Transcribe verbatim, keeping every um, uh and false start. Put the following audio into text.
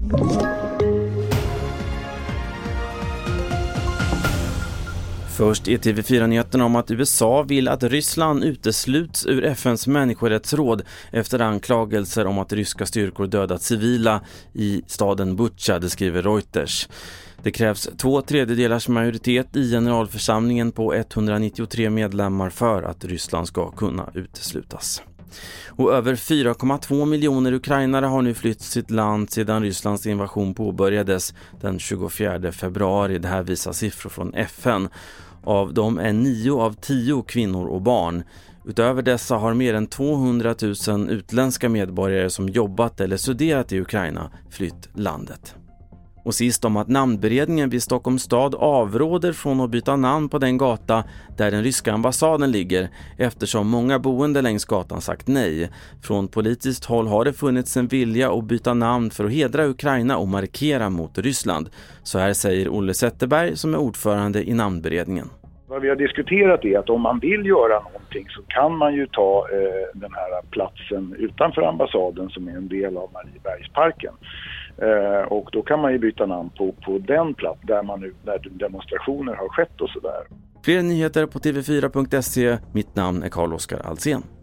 Först är T V fyra-nyheterna om att U S A vill att Ryssland utesluts ur F N:s människorättsråd efter anklagelser om att ryska styrkor dödat civila i staden Bucha, det skriver Reuters. Det krävs två tredjedelars majoritet i generalförsamlingen på etthundranittiotre medlemmar för att Ryssland ska kunna uteslutas. Och över fyra komma två miljoner ukrainare har nu flytt sitt land sedan Rysslands invasion påbörjades den tjugofjärde februari. Det här visar siffror från F N. Av dem är nio av tio kvinnor och barn. Utöver dessa har mer än tvåhundratusen utländska medborgare som jobbat eller studerat i Ukraina flytt landet. Och sist om att namnberedningen vid Stockholms stad avråder från att byta namn på den gata där den ryska ambassaden ligger eftersom många boende längs gatan sagt nej. Från politiskt håll har det funnits en vilja att byta namn för att hedra Ukraina och markera mot Ryssland. Så här säger Olle Zetterberg som är ordförande i namnberedningen. Vad vi har diskuterat är att om man vill göra någonting så kan man ju ta eh, den här platsen utanför ambassaden som är en del av Mariebergsparken. Eh, och då kan man ju byta namn på, på den plats där, man nu, där demonstrationer har skett och sådär. Fler nyheter på T V fyra punkt se. Mitt namn är Carl-Oskar Alsen.